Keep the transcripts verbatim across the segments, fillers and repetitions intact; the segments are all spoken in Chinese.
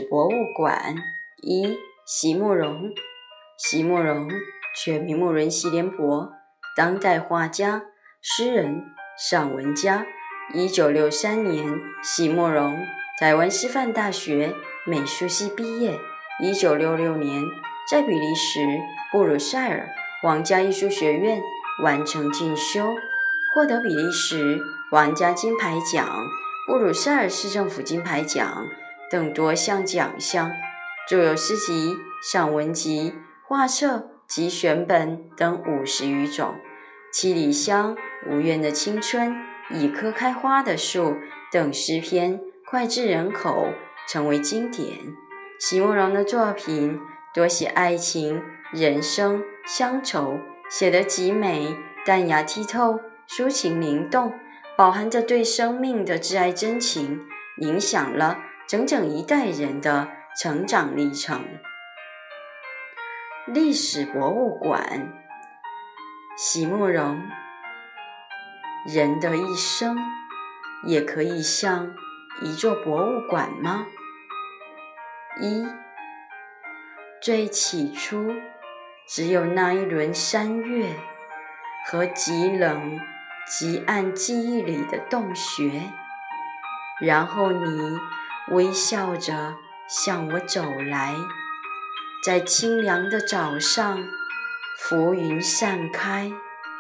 博物馆。一、席慕容。席慕容，全名慕人席联博，当代画家、诗人、散文家。一九六三年，席慕容台湾师范大学美术系毕业。一九六六年，在比利时布鲁塞尔皇家艺术学院完成进修，获得比利时皇家金牌奖、布鲁塞尔市政府金牌奖等多项奖项，著有诗集、散文集、画册及选本等五十余种。七里香、无怨的青春、一棵开花的树等诗篇脍炙人口，成为经典。席慕容的作品多写爱情、人生、乡愁，写得极美，淡雅剔透，抒情灵动，饱含着对生命的挚爱真情，影响了整整一代人的成长历程。历史博物馆。席慕容，人的一生也可以像一座博物馆吗？一、最起初只有那一轮山月和极冷极暗记忆里的洞穴，然后你微笑着向我走来，在清凉的早上，浮云散开。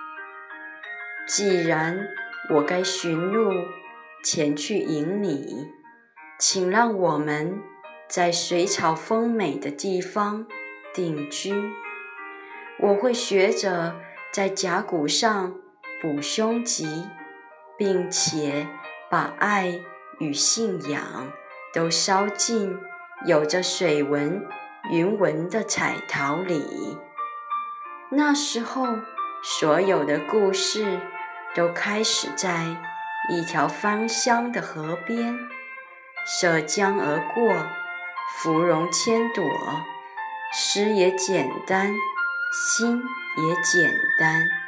既然我该寻路前去迎你，请让我们在水草丰美的地方定居。我会学着在甲骨上补胸籍，并且把爱与信仰都烧进有着水纹、云纹的彩陶里。那时候，所有的故事都开始在一条芳香的河边，涉江而过，芙蓉千朵，诗也简单，心也简单。